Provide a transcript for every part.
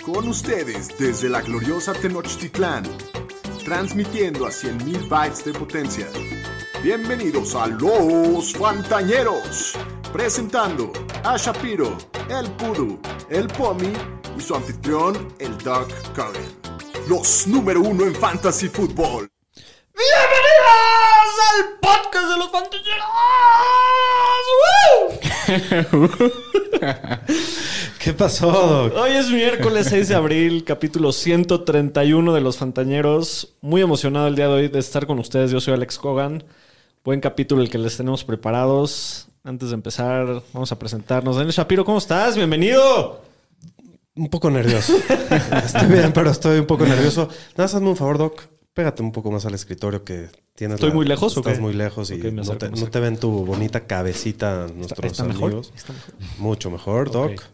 Con ustedes desde la gloriosa Tenochtitlán, transmitiendo a 100,000 bytes de potencia. Bienvenidos a Los Fantañeros, presentando a Shapiro, el Pudu, el Pomi y su anfitrión, el Doc Curran. Los número 1 en Fantasy Football. ¡Bienvenidos al podcast de los Fantañeros! ¿Qué pasó, Doc? Hoy es miércoles 6 de abril, capítulo 131 de Los Fantañeros. Muy emocionado el día de hoy de estar con ustedes. Yo soy Alex Cogan. Buen capítulo el que les tenemos preparados. Antes de empezar, vamos a presentarnos. Daniel Shapiro, ¿cómo estás? ¡Bienvenido! Un poco nervioso. Estoy bien, pero estoy un poco nervioso. Nada más hazme un favor, Doc. Pégate un poco más al escritorio que tienes. ¿Estoy muy lejos o qué? Estás muy lejos y Okay, no te ven tu bonita cabecita nuestros ¿Está amigos. mejor? ¿Está mejor? Mucho mejor, Doc. Okay.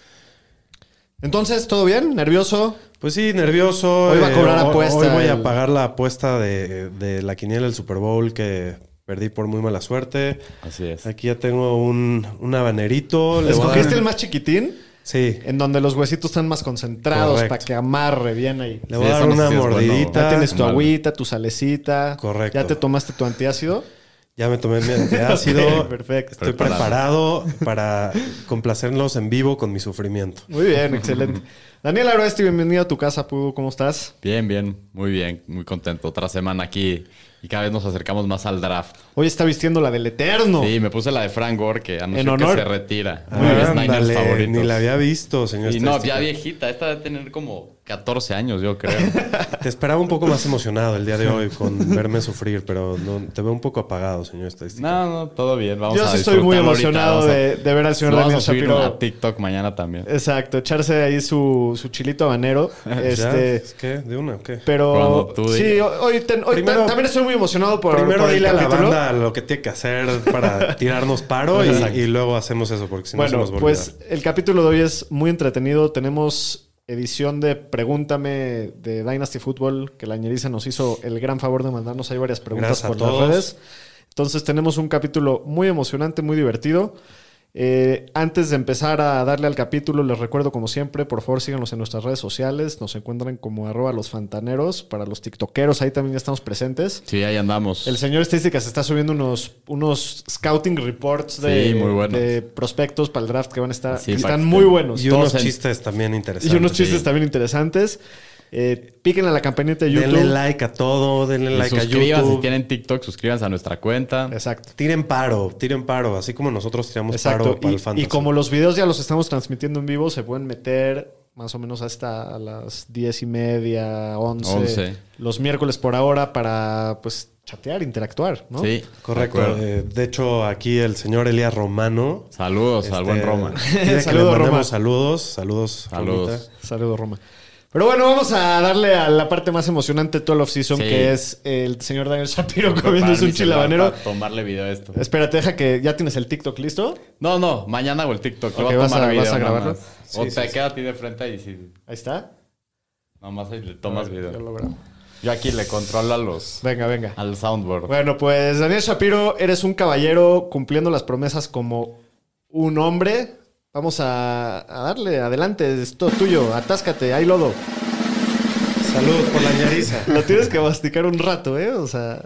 Entonces, ¿todo bien? ¿Nervioso? Pues sí, nervioso. Hoy va a cobrar apuesta. Hoy voy a pagar la apuesta de la quiniela del Super Bowl que perdí por muy mala suerte. Así es. Aquí ya tengo un habanerito. ¿Escogiste el más chiquitín? Sí. En donde los huesitos están más concentrados. Correcto. Para que amarre bien ahí. Le voy a dar una mordidita. Ya tienes tu Mal. agüita, tu salecita. Correcto. ¿Ya te tomaste tu antiácido? Ya me tomé mi antiácido. Ok, perfecto. Estoy preparado para complacerlos en vivo con mi sufrimiento. Muy bien, excelente. Daniel Aroesti, bienvenido a tu casa, Pudu. ¿Cómo estás? Bien, muy contento. Otra semana aquí y cada vez nos acercamos más al draft. Hoy está vistiendo la del Eterno. Sí, me puse la de Frank Gore que anunció honor. que se retira. Uno de mis Niners Ándale, favoritos. ni la había visto, señor. Y no, estadística. ya viejita. Esta debe tener como 14 años, yo creo. Te esperaba un poco más emocionado el día de hoy con verme sufrir, pero no, te veo un poco apagado, señor estadística. No, todo bien. Vamos Yo a sí estoy muy disfrutarlo ahorita. emocionado Vamos a- de ver al señor Lo Daniel vamos a subir Shapiro. a TikTok mañana también. Exacto, echarse ahí su chilito habanero. ¿Ya? ¿Es qué? ¿De una o qué? Pero Cuando tú sí, digas. hoy Primero- también estoy muy emocionado por Primero el dile a la capítulo. banda lo que tiene que hacer para tirarnos paro y luego hacemos eso, porque si no se Bueno, nos va a pues olvidar. el capítulo de hoy es muy entretenido. Tenemos edición de Pregúntame de Dynasty Football, que la ñeriza nos hizo el gran favor de mandarnos ahí varias preguntas Gracias a por las todos. redes. Entonces tenemos un capítulo muy emocionante, muy divertido. Antes de empezar a darle al capítulo, les recuerdo como siempre, por favor síganos en nuestras redes sociales. Nos encuentran como @losfantaneros. Para los tiktokeros, ahí también ya estamos presentes. Sí, ahí andamos. El señor Estadísticas está subiendo unos scouting reports Sí, muy buenos. de prospectos para el draft que van a estar. Sí, que para están que muy estén- buenos. Y todos unos en- chistes también interesantes. Y unos chistes sí. también interesantes. Piquen a la campanita de YouTube. Denle like a todo, denle Y like a suscríbanse, YouTube. si tienen TikTok, suscríbanse a nuestra cuenta. Exacto. Tiren paro, así como nosotros tiramos Exacto. paro para Y, el fantasy. y como los videos ya los estamos transmitiendo en vivo, se pueden meter más o menos hasta las 10:30, 11. 11. Los miércoles por ahora para pues chatear, interactuar, ¿no? Sí, Correcto. de acuerdo. De hecho, aquí el señor Elías Romano. Saludos al buen Roma. Pide que Saludos, le mandemos Roma. saludos. Saludos. Romita. Saludos, Roma. Pero bueno, vamos a darle a la parte más emocionante de todo el off-season, Sí. que es el señor Daniel Shapiro comiéndose un chile habanero. Para tomarle video a esto. Espérate, deja que ya tienes el TikTok listo. No, mañana hago el TikTok. Le Ok, voy a vas tomar a- video vas a nada grabarlo. más. O te queda a ti de frente y si Ahí está. nomás ahí le tomas Ya video. lo grabo. Yo aquí le controlo Venga. al soundboard. Bueno, pues Daniel Shapiro, eres un caballero cumpliendo las promesas como un hombre. Vamos a darle, adelante, es todo tuyo, atáscate, hay lodo. Salud por la ñeriza. Lo tienes que masticar un rato, ¿eh? O sea,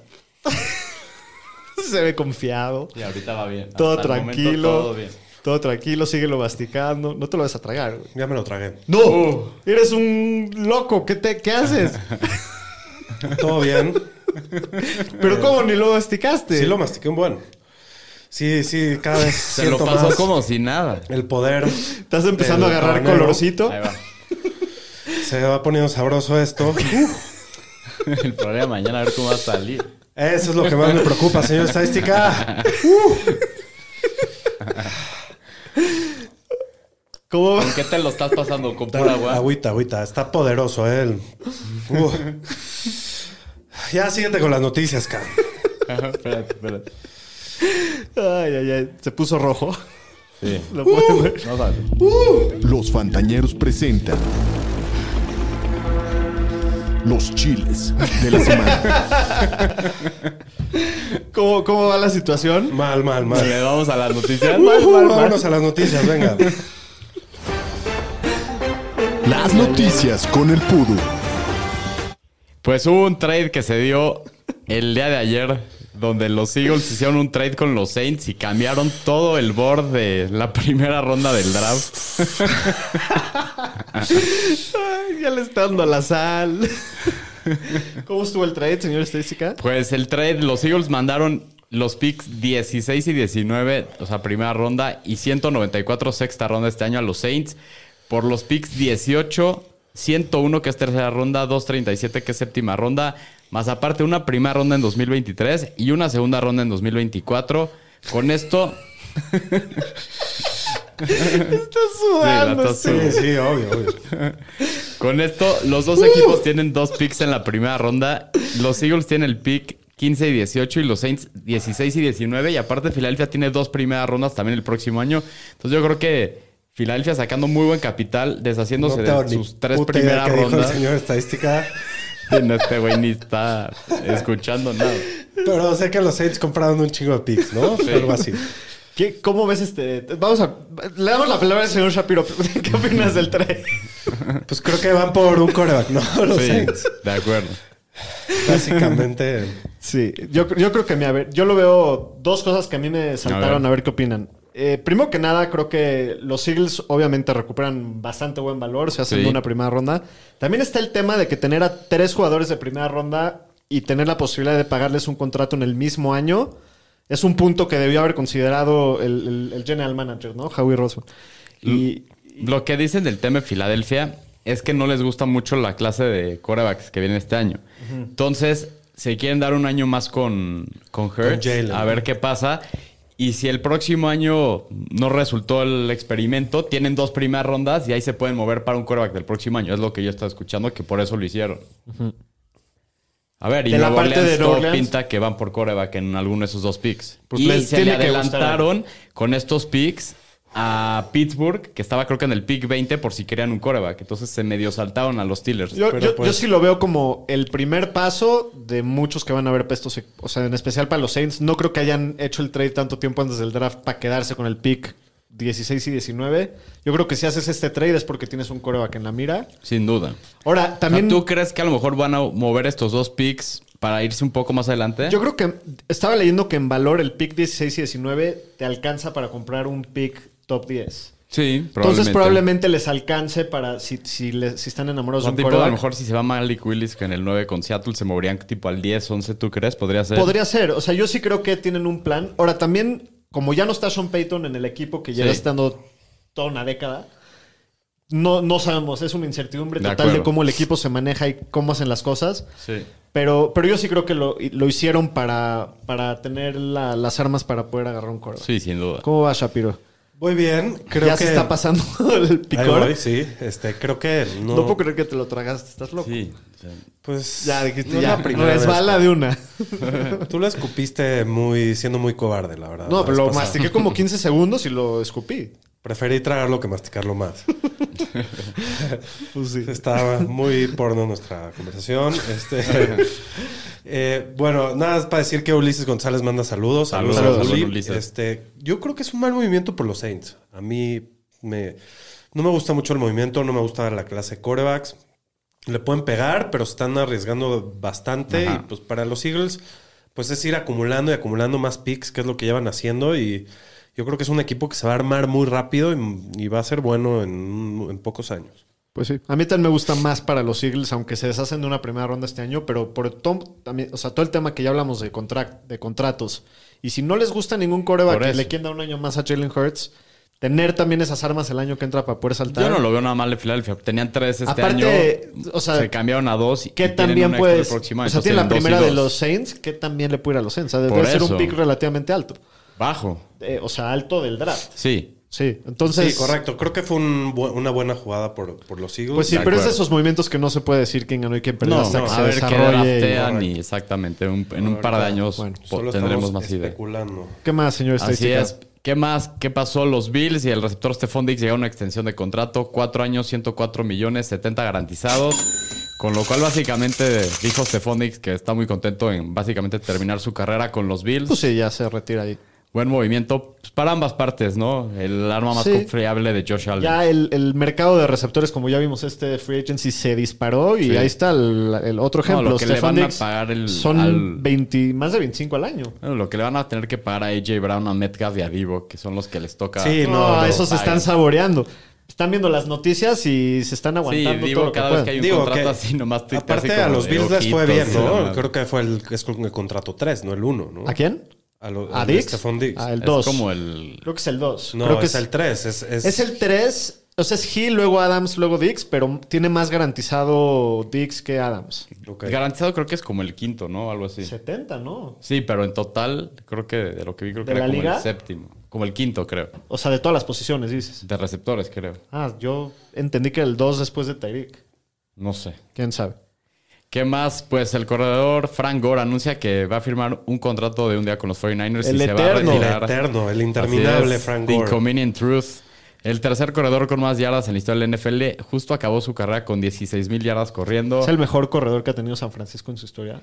se ve confiado. Y ahorita va bien. Todo Hasta el momento, tranquilo. todo bien. Todo tranquilo, síguelo masticando. No te lo vas a tragar, güey. Ya me lo tragué. ¡No! Eres un loco. ¿Qué haces? Todo bien. ¿Pero cómo ni lo masticaste? Sí lo mastiqué un buen. Sí, cada vez Se lo siento pasó más como si nada. el poder. Estás empezando a del agarrar habanero. colorcito. Ahí va. Se va poniendo sabroso esto. El problema mañana a ver cómo va a salir. Eso es lo que más me preocupa, señor estadística. ¿Cómo? ¿Con qué te lo estás pasando? ¿Con pura agua? Agüita. Está poderoso él. Ya síguete con las noticias, cabrón. Espérate. Ay. Se puso rojo. Sí. Lo pueden ver. No sabes. Los Fantañeros presentan los chiles de la semana. ¿Cómo va la situación? Mal. ¿Le vamos a las noticias? Vámonos a las noticias, venga. Las noticias con el Pudu. Pues hubo un trade que se dio el día de ayer, donde los Eagles hicieron un trade con los Saints y cambiaron todo el board de la primera ronda del draft. Ay, ya le está dando la sal. ¿Cómo estuvo el trade, señor Estadística? Pues el trade, los Eagles mandaron los picks 16 y 19, o sea, primera ronda, y 194 sexta ronda este año a los Saints, por los picks 18, 101 que es tercera ronda, 237 que es séptima ronda, más aparte una primera ronda en 2023 y una segunda ronda en 2024. Con esto... Está sudando. Sí, la estás Sí, obvio. Con esto, los dos equipos tienen 2 picks en la primera ronda. Los Eagles tienen el pick 15 y 18 y los Saints 16 y 19. Y aparte, Filadelfia tiene 2 primeras rondas también el próximo año. Entonces yo creo que Filadelfia sacando muy buen capital, deshaciéndose de sus 3 primeras rondas. Dijo el rondas. señor Estadística. No, este güey ni está escuchando nada. Pero sé que los Saints compraron un chingo de picks, ¿no? Sí. Algo así. ¿Cómo ves este? Le damos la palabra al señor Shapiro. ¿Qué opinas del trade? Pues creo que van por un quarterback, ¿no? Los Sí, Saints. de acuerdo. Básicamente. Sí, yo creo que, yo lo veo dos cosas que a mí me saltaron, a ver qué opinan. Primero que nada, creo que los Eagles obviamente recuperan bastante buen valor, se hacen de una primera ronda. También está el tema de que tener a 3 jugadores de primera ronda y tener la posibilidad de pagarles un contrato en el mismo año es un punto que debió haber considerado el general manager, ¿no? Howie Roseman. Lo que dicen del tema de Filadelfia es que no les gusta mucho la clase de quarterbacks que viene este año. Entonces, se quieren dar un año más con Hurts, a ver qué pasa. Y si el próximo año no resultó el experimento, tienen 2 primeras rondas y ahí se pueden mover para un quarterback del próximo año. Es lo que yo estaba escuchando, que por eso lo hicieron. A ver, y de Nueva la parte Orleans de todo Orleans pinta que van por quarterback en alguno de esos 2 picks. Pues y les se tiene le que adelantaron con estos picks a Pittsburgh, que estaba creo que en el pick 20 por si querían un quarterback. Entonces se medio saltaron a los Steelers. Yo sí lo veo como el primer paso de muchos que van a haber puestos, o sea, en especial para los Saints. No creo que hayan hecho el trade tanto tiempo antes del draft para quedarse con el pick 16 y 19. Yo creo que si haces este trade es porque tienes un quarterback en la mira. Sin duda. Ahora, también... ¿Tú crees que a lo mejor van a mover estos 2 picks para irse un poco más adelante? Yo creo que estaba leyendo que en valor el pick 16 y 19 te alcanza para comprar un pick top 10. Sí, Entonces probablemente les alcance para si están enamorados de un tipo, quarterback. a lo mejor si se va Malik Willis, que en el 9 con Seattle se moverían tipo al 10, 11, ¿tú crees? ¿Podría ser? Podría ser. O sea, yo sí creo que tienen un plan. Ahora, también, como ya no está Sean Payton en el equipo, que lleva estando toda una década, no sabemos. Es una incertidumbre total de cómo el equipo se maneja y cómo hacen las cosas. Sí. Pero yo sí creo que lo hicieron para tener las armas para poder agarrar un quarterback. Sí, sin duda. ¿Cómo va, Shapiro? Muy bien, creo ya que... se está pasando el picor. Ahí voy, sí. Creo que no... No puedo creer que te lo tragaste. ¿Estás loco? Sí. Pues... Ya dijiste, no es ya. la primera Resbala vez. de una. Tú lo escupiste siendo muy cobarde, la verdad. No, pero lo pasada. mastiqué como 15 segundos y lo escupí. Preferí tragarlo que masticarlo más. Pues sí. Estaba muy porno nuestra conversación. Bueno, nada más para decir que Ulises González manda saludos. Saludos a Uli. Ulises. Yo creo que es un mal movimiento por los Saints. A mí no me gusta mucho el movimiento, no me gusta la clase de quarterbacks. Le pueden pegar, pero se están arriesgando bastante. Ajá. Y pues para los Eagles, pues es ir acumulando y acumulando más picks, que es lo que llevan haciendo. Y yo creo que es un equipo que se va a armar muy rápido y va a ser bueno en pocos años. Pues sí. A mí también me gusta más para los Eagles, aunque se deshacen de una primera ronda este año, pero por también, o sea, todo el tema que ya hablamos de contratos. Y si no les gusta ningún quarterback que le quieren dar un año más a Jalen Hurts, tener también esas armas el año que entra para poder saltar. Yo no lo veo nada mal de Filadelfia. Tenían 3 este Aparte, año. o sea, se cambiaron a 2 y ¿qué tienen también una extra puedes? el próximo año. O sea, Entonces, tiene la tienen 2 y primera de 2. los Saints, ¿qué también le puede ir a los Saints? O sea, Por debe ser un eso. pick relativamente alto. Bajo. O sea, alto del draft. Sí. Sí, entonces... Sí, correcto. Creo que fue una buena jugada por los Eagles. Pues sí, De pero es de acuerdo. esos movimientos que no se puede decir quién ganó y quién perdió hasta que a se ver qué desarrolle. draftean y exactamente. En un par de años Bueno, Solo tendremos estamos más ideas. especulando. ¿Qué más, señor Así Estadística? es. ¿Qué más? ¿Qué pasó? Los Bills y el receptor Stephon Diggs llegaron a una extensión de contrato. 4 años, 104 millones, 70 garantizados. Con lo cual, básicamente, dijo Stephon Diggs que está muy contento en básicamente terminar su carrera con los Bills. Pues sí, ya se retira ahí. buen movimiento pues, para ambas partes, ¿no? El arma más confiable de Josh Allen. Ya el mercado de receptores, como ya vimos, free agency se disparó y ahí está el otro ejemplo. Lo que le van a pagar son más de 25 al año. Bueno, lo que le van a tener que pagar a AJ Brown, a Metcalf y a Divo, que son los que les toca. Sí, esos se están saboreando. Están viendo las noticias y se están aguantando digo, todo cada vez que hay un contrato así, nomás te aparte a los Bills les fue bien, ¿no? Creo que fue el contrato 3, no el 1, ¿no? ¿A quién? ¿A Diggs? Stephon Diggs. El 2. Es como el... Creo que es el 2. No, creo que es el 3. Es el 3. O sea, es Hill, luego Adams, luego Diggs, pero tiene más garantizado Diggs que Adams. Okay. Garantizado creo que es como el quinto, ¿no? Algo así. 70, ¿no? Sí, pero en total, creo que de lo que vi, creo que era como el séptimo. Como el quinto, creo. O sea, de todas las posiciones, dices. De receptores, creo. Yo entendí que el 2 después de Tyreek. No sé. ¿Quién sabe? ¿Qué más? Pues el corredor Frank Gore anuncia que va a firmar un contrato de un día con los 49ers el y eterno. se va a retirar. El eterno, el interminable Frank Gore. The Inconvenient Truth. El tercer corredor con más yardas en la historia del NFL justo acabó su carrera con 16,000 yardas corriendo. ¿Es el mejor corredor que ha tenido San Francisco en su historia?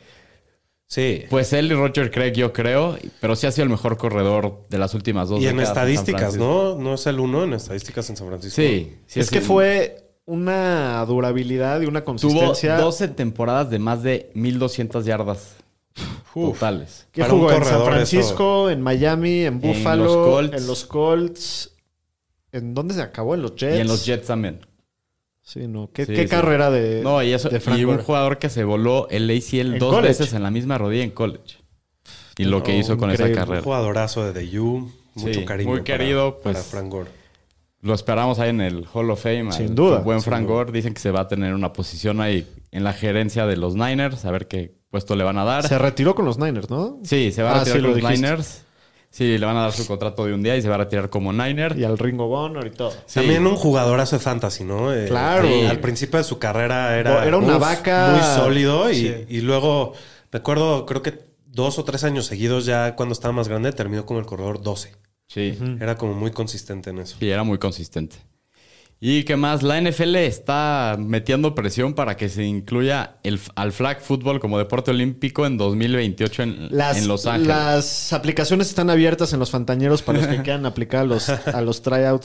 Sí. Pues él y Roger Craig, yo creo, pero sí ha sido el mejor corredor de las últimas 2 décadas. Y en estadísticas, ¿no? No es el 1 en estadísticas en San Francisco. Sí. Es que fue una durabilidad y una consistencia. Tuvo 12 temporadas de más de 1,200 yardas totales. ¿Qué jugó en San Francisco, en Miami, en Buffalo, en los Colts? ¿En dónde se acabó? ¿En los Jets? Y en los Jets también. Sí, no. ¿Qué carrera de No, y eso de Frank y un Gore? jugador que se voló el ACL 2 veces en la misma rodilla en college. Y lo que hizo con esa carrera. Un jugadorazo de DU. Mucho cariño. Muy querido para pues, Frank Gore. Lo esperamos ahí en el Hall of Fame. Sin duda. Buen Frank Gore. Dicen que se va a tener una posición ahí en la gerencia de los Niners. A ver qué puesto le van a dar. Se retiró con los Niners, ¿no? Sí, se va a retirar con los dijiste. Niners. Sí, le van a dar su contrato de un día y se va a retirar como Niner. Y al Ringo Bonner y todo. Sí. También un jugadorazo de fantasy, ¿no? Claro. Sí. Al principio de su carrera era una vaca. Muy sólido. Y luego, me acuerdo, creo que 2 o 3 años seguidos ya cuando estaba más grande terminó con el corredor 12. Sí. Era como muy consistente en eso. Sí, era muy consistente. ¿Y qué más? La NFL está metiendo presión para que se incluya al flag football como deporte olímpico en 2028 en Los Ángeles. Las aplicaciones están abiertas en los Fantañeros para los que quieran aplicar a los tryouts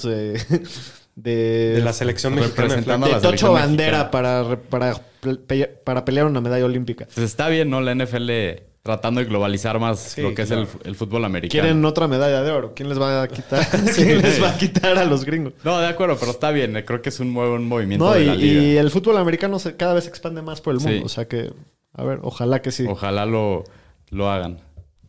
de la selección mexicana. Representando a de la Tocho selección Bandera mexicana. para pelear una medalla olímpica. Pues está bien, ¿no? La NFL tratando de globalizar más lo que es el fútbol americano. Quieren otra medalla de oro. ¿Quién les va a quitar? ¿Quién les va a quitar a los gringos? No, de acuerdo, pero está bien. Creo que es un buen movimiento No, de la liga. y el fútbol americano cada vez se expande más por el mundo. Sí. O sea que, a ver, ojalá que sí. Ojalá lo hagan.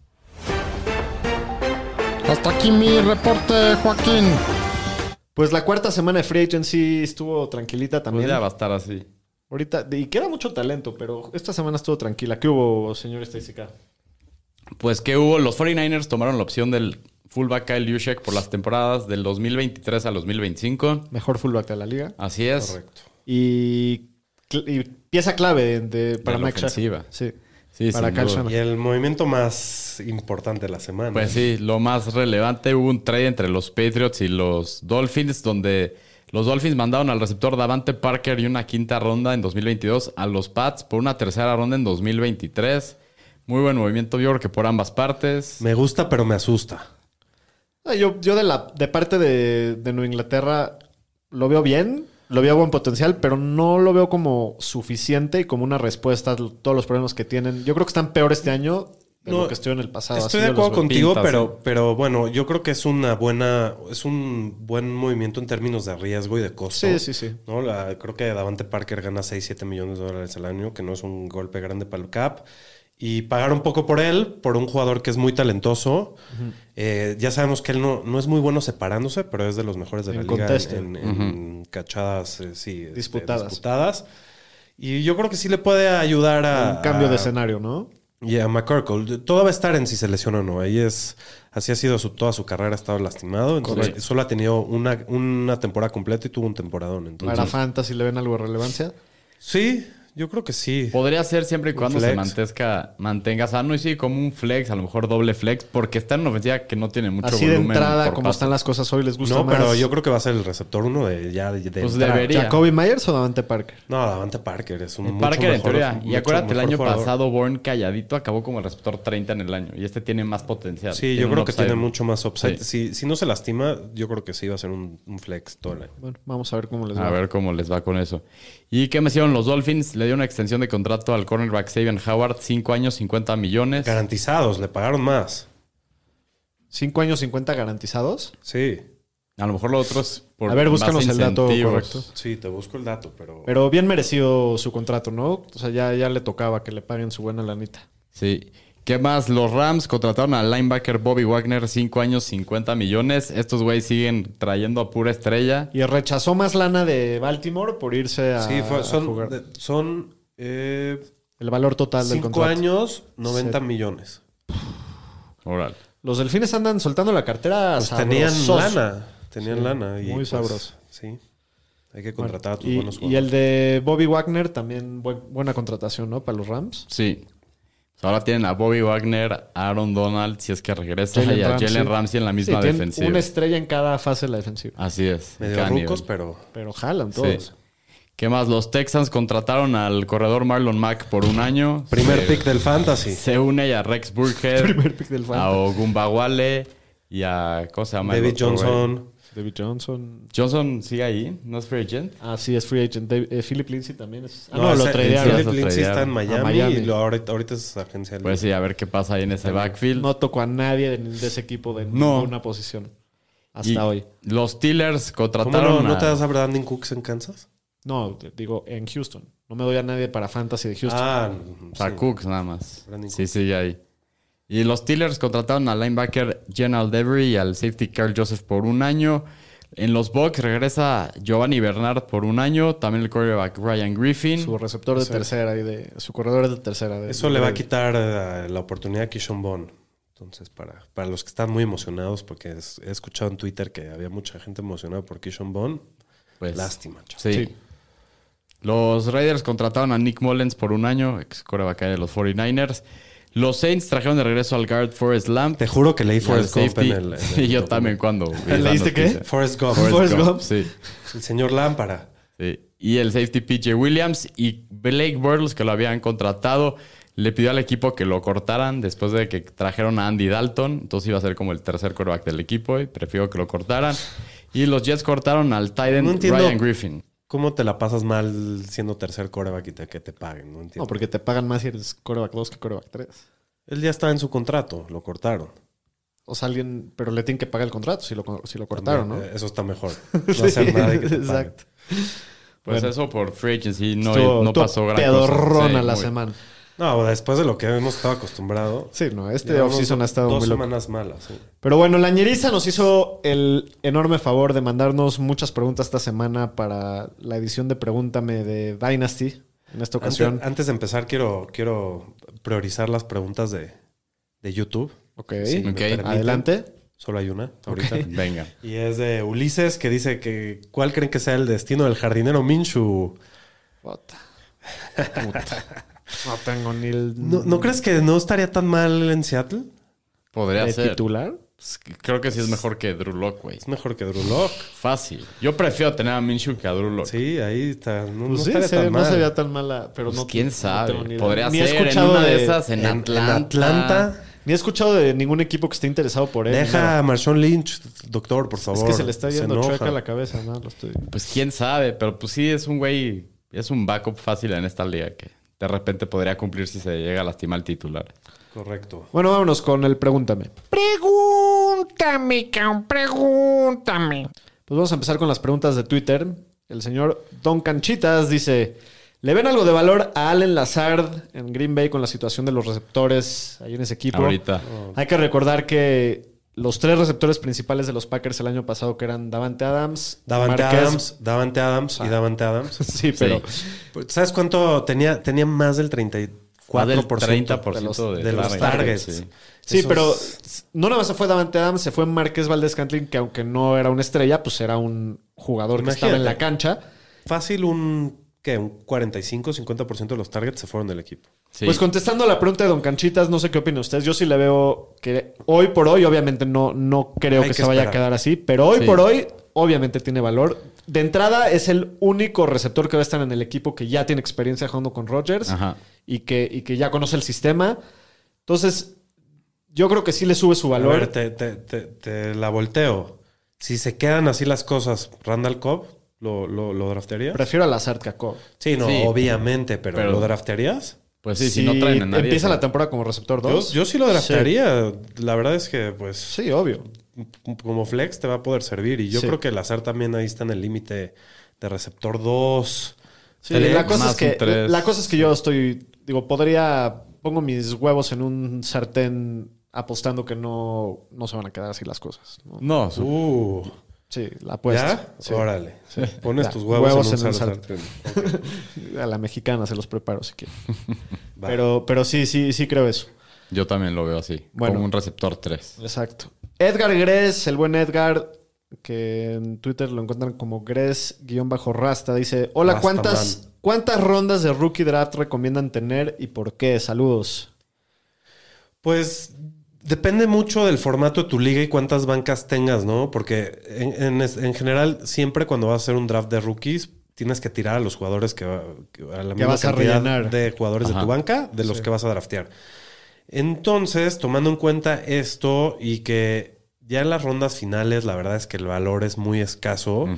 Hasta aquí mi reporte, Joaquín. Pues la cuarta semana de Free Agency estuvo tranquilita también. Pues ya va a estar así. Ahorita, y queda mucho talento, pero esta semana estuvo tranquila. ¿Qué hubo, señor Stacey K? Pues que hubo, los 49ers tomaron la opción del fullback Kyle Juszczyk por las temporadas del 2023 al 2025. Mejor fullback de la liga. Así es. Correcto. Y pieza clave para la Mike ofensiva. Shanahan. Sí. Sí, Para sin Kyle duda. Shanahan. Y el movimiento más importante de la semana. Pues sí, lo más relevante, hubo un trade entre los Patriots y los Dolphins, donde los Dolphins mandaron al receptor Davante Parker y una quinta ronda en 2022 a los Pats por una tercera ronda en 2023. Muy buen movimiento, yo creo que por ambas partes. Me gusta, pero me asusta. Yo de parte de Nueva Inglaterra lo veo bien, lo veo buen potencial, pero no lo veo como suficiente y como una respuesta a todos los problemas que tienen. Yo creo que están peor este año de lo que estuvieron en el pasado. Estoy Así de yo los acuerdo veo. contigo, Pinta, pero bueno, yo creo que es un buen movimiento en términos de riesgo y de costo. Sí. ¿No? Creo que Davante Parker gana 6-7 millones de dólares al año, que no es un golpe grande para el cap. Y pagar un poco por él, por un jugador que es muy talentoso. Ya sabemos que él no es muy bueno separándose, pero es de los mejores de la liga en cachadas disputadas. Y yo creo que sí le puede ayudar a... Un cambio de escenario, ¿no? Y a McCorkle. Todo va a estar en si se lesiona o no. Así ha sido toda su carrera, ha estado lastimado. Entonces, solo ha tenido una temporada completa y tuvo un temporadón. Entonces, Para Fantasy, ¿le ven algo de relevancia? sí, Yo creo que sí. Podría ser siempre y cuando se flex. mantenga sano y sí, como un flex, a lo mejor doble flex, porque está en una ofensiva que no tiene mucho Así de volumen. entrada, por como pase. están las cosas hoy, ¿les gusta No, más? pero yo creo que va a ser el receptor 1 de Pues entrada. debería. ¿Jacoby Myers o Davante Parker? No, Davante Parker es un mucho Parker en mejor, teoría. Y mucho acuérdate, el mejor año jugador. pasado Bourne calladito acabó como el receptor 30 en el año. Y este tiene más potencial. Sí, Tiene yo un creo que upside. tiene mucho más upside. Sí. Si no se lastima, yo creo que sí va a ser un flex todo el año. Bueno, vamos a ver cómo les va. A ver cómo les va con eso. ¿Y qué me hicieron los Dolphins? Le dio una extensión de contrato al cornerback Xavier Howard, 5 años, 50 millones. Garantizados, le pagaron más. 5 años 50 garantizados. Sí, A lo mejor los otros por A ver, búscanos más el dato incentivos. correcto. sí, te busco el dato, pero... Pero bien merecido su contrato, ¿no? O sea, ya le tocaba que le paguen su buena lanita. Sí. ¿Qué más? Los Rams contrataron al linebacker Bobby Wagner, 5 años, 50 millones. Estos güeyes siguen trayendo a pura estrella. Y rechazó más lana de Baltimore por irse a, Sí, a jugar. son El valor total del 5 contrato. años, 90 millones. Órale. Los delfines andan soltando la cartera Pues tenían sabrosos. lana. Tenían Sí, lana. Y muy pues, sabroso. Sí. Hay que contratar a tus Y, buenos y jugadores. el de Bobby Wagner también buena contratación, ¿no? Para los Rams. Sí. Ahora tienen a Bobby Wagner, a Aaron Donald, si es que regresa, Jalen y a Ramsey. Jalen Ramsey en la misma Sí, tienen defensiva. una estrella en cada fase de la defensiva. Así es. Medio cada rucos, nivel. pero... Pero jalan Sí. todos. ¿Qué más? Los Texans contrataron al corredor Marlon Mack por un año. Primer Se- pick del fantasy. Se une a Rex Burkhead, Primer pick del a fantasy. Ogunbawale y a... ¿Cómo se llama? el David otro güey? Johnson. David Johnson. Johnson sigue ahí, ¿no es free agent? Ah, sí, es free agent. Philip Lindsay también es. No, lo ese- tradearon. Philip Lo Lindsay está en tradearon. Miami, A Miami. y ahorita es agencia libre. Pues sí, a ver qué pasa ahí en ese backfield. No tocó a nadie de ese equipo de No. ninguna posición. Hasta Y hoy. Los Steelers ¿Cómo contrataron no a... te das a Brandon Cooks en Kansas? No, digo, en Houston. No me doy a nadie para fantasy de Houston. Ah, A sí. Cooks nada más. Brandon Sí, sigue ahí. Y los Steelers contrataron al linebacker Jen Aldevery y al safety Carl Joseph por un año. En los Bucks regresa Giovanni Bernard por un año. También el quarterback Ryan Griffin. Su receptor de tercera y de su corredor de tercera. Eso le va a quitar la oportunidad a Keyshawn Vaughn. Entonces, para los que están muy emocionados, porque he escuchado en Twitter que había mucha gente emocionada por Keyshawn Vaughn, Pues, lástima, chaval. Sí. Sí. Los Raiders contrataron a Nick Mullens por un año, ex quarterback de los 49ers. Los Saints trajeron de regreso al guard Forrest Lamp. Te juro que leí y al Forrest Gump safety. en el Sí, yo también cuando vi esa ¿Leíste qué? noticia. Forrest Gump. Forrest Gump. Sí. El señor Lámpara. Sí. Y el safety PJ Williams y Blake Bortles, que lo habían contratado, le pidió al equipo que lo cortaran después de que trajeron a Andy Dalton. Entonces iba a ser como el tercer quarterback del equipo y prefiero que lo cortaran. Y los Jets cortaron al tight end No entiendo. Ryan Griffin. ¿Cómo te la pasas mal siendo tercer quarterback y que te paguen? No entiendo. No, porque te pagan más si eres quarterback 2 que quarterback 3. Él ya estaba en su contrato, lo cortaron. O sea, alguien... Pero le tienen que pagar el contrato si lo cortaron, ¿no? También, eso está mejor. No hacer nada y que te paguen. Exacto. Pues Bueno. eso por free agency no Estuvo pasó gran cosa. pedorrona Sí, la muy- semana. No, después de lo que hemos estado acostumbrados. Sí, no, este llevamos offseason ha estado dos muy loco. semanas malas. Sí. Pero bueno, la ñeriza nos hizo el enorme favor de mandarnos muchas preguntas esta semana para la edición de Pregúntame de Dynasty. En esta ocasión. Antes de empezar, quiero priorizar las preguntas de YouTube. Ok. Si me Ok. permiten. Adelante. Solo hay una ahorita. Venga. Y es de Ulises, que dice que ¿cuál creen que sea el destino del jardinero Minshew? Puta. No tengo ni el... ¿No crees que no estaría tan mal en Seattle? Podría de ser. titular? Creo que sí es mejor que Drew Lock, güey. Es mejor que Drew Lock. Fácil. Yo prefiero tener a Minshew que a Drew Lock. Sí, ahí está. No, Pues no sí, estaría tan no mal. sería tan mala, pero Pues no... quién no sabe. tengo ni idea. Podría Ni he ser en escuchado una de esas en En Atlanta. Atlanta. Ni he escuchado de ningún equipo que esté interesado por él. Deja Nada. a Marshawn Lynch, doctor, por Es favor. que se le está yendo enoja. chueca la cabeza, ¿no? Lo estoy... Pues quién sabe, pero pues sí es un güey, es un backup fácil en esta liga que de repente podría cumplir si se llega a lastimar el titular. Correcto. Bueno, vámonos con el Pregúntame. Pregúntame, cabrón, pregúntame. Pues vamos a empezar con las preguntas de Twitter. El señor Don Canchitas dice: ¿le ven algo de valor a Allen Lazard en Green Bay con la situación de los receptores ahí en ese equipo? Ahorita. Hay que recordar que los tres receptores principales de los Packers el año pasado, que eran Davante Adams, Davante Marquez- Adams y Davante Adams. Sí, pero Pues, ¿sabes cuánto tenía? Tenía más del 34% Más del 30% de los targets. sí. sí, Eso pero es- no nada más se fue Davante Adams, se fue Marqués Valdez-Scantling, que aunque no era una estrella, pues era un jugador que estaba en la Imagínate. cancha. Fácil que un 45-50% de los targets se fueron del equipo. Sí. Pues contestando a la pregunta de Don Canchitas, no sé qué opinan ustedes. Yo sí le veo que hoy por hoy, obviamente no creo Hay que que se vaya a esperar. quedar así, pero hoy Sí. por hoy, obviamente tiene valor. De entrada, es el único receptor que va a estar en el equipo que ya tiene experiencia jugando con Rodgers Ajá. y que ya conoce el sistema. Entonces, yo creo que sí le sube su A valor. ver, te la volteo. Si se quedan así las cosas, ¿Randall Cobb lo draftearías? Prefiero a Lazard que a Cobb. Sí, no, Sí. obviamente, pero ¿lo draftearías? Pues sí, si no traen a nadie. empieza sí. la temporada como receptor 2. Yo sí lo draftearía. La verdad es que, pues, Sí, obvio. como flex te va a poder servir. Y yo Sí. creo que Lazard también ahí está en el límite de receptor 2. Sí, Tres, la cosa, más es que, un tres. la cosa es que yo pongo mis huevos en un sartén apostando que no se van a quedar así las cosas. ¿no? No, Sí, la apuesta. ¿Ya? Sí. Órale. Pones Ya, tus huevos, en un sartén. sartén. A la mexicana se los preparo si quieren. Va. Pero sí creo eso. yo también lo veo así. Bueno. Como un receptor 3. Exacto. Edgar Gres, el buen Edgar, que en Twitter lo encuentran como Gres-Rasta, dice: Hola, Rasta ¿cuántas rondas de rookie draft recomiendan tener y por qué? Saludos. Pues depende mucho del formato de tu liga y cuántas bancas tengas, ¿no? Porque en general, siempre cuando vas a hacer un draft de rookies, tienes que tirar a los jugadores a la misma vas a cantidad rellenar. de jugadores Ajá. de tu banca de los que vas a draftear. Entonces, tomando en cuenta esto y que ya en las rondas finales, la verdad es que el valor es muy escaso,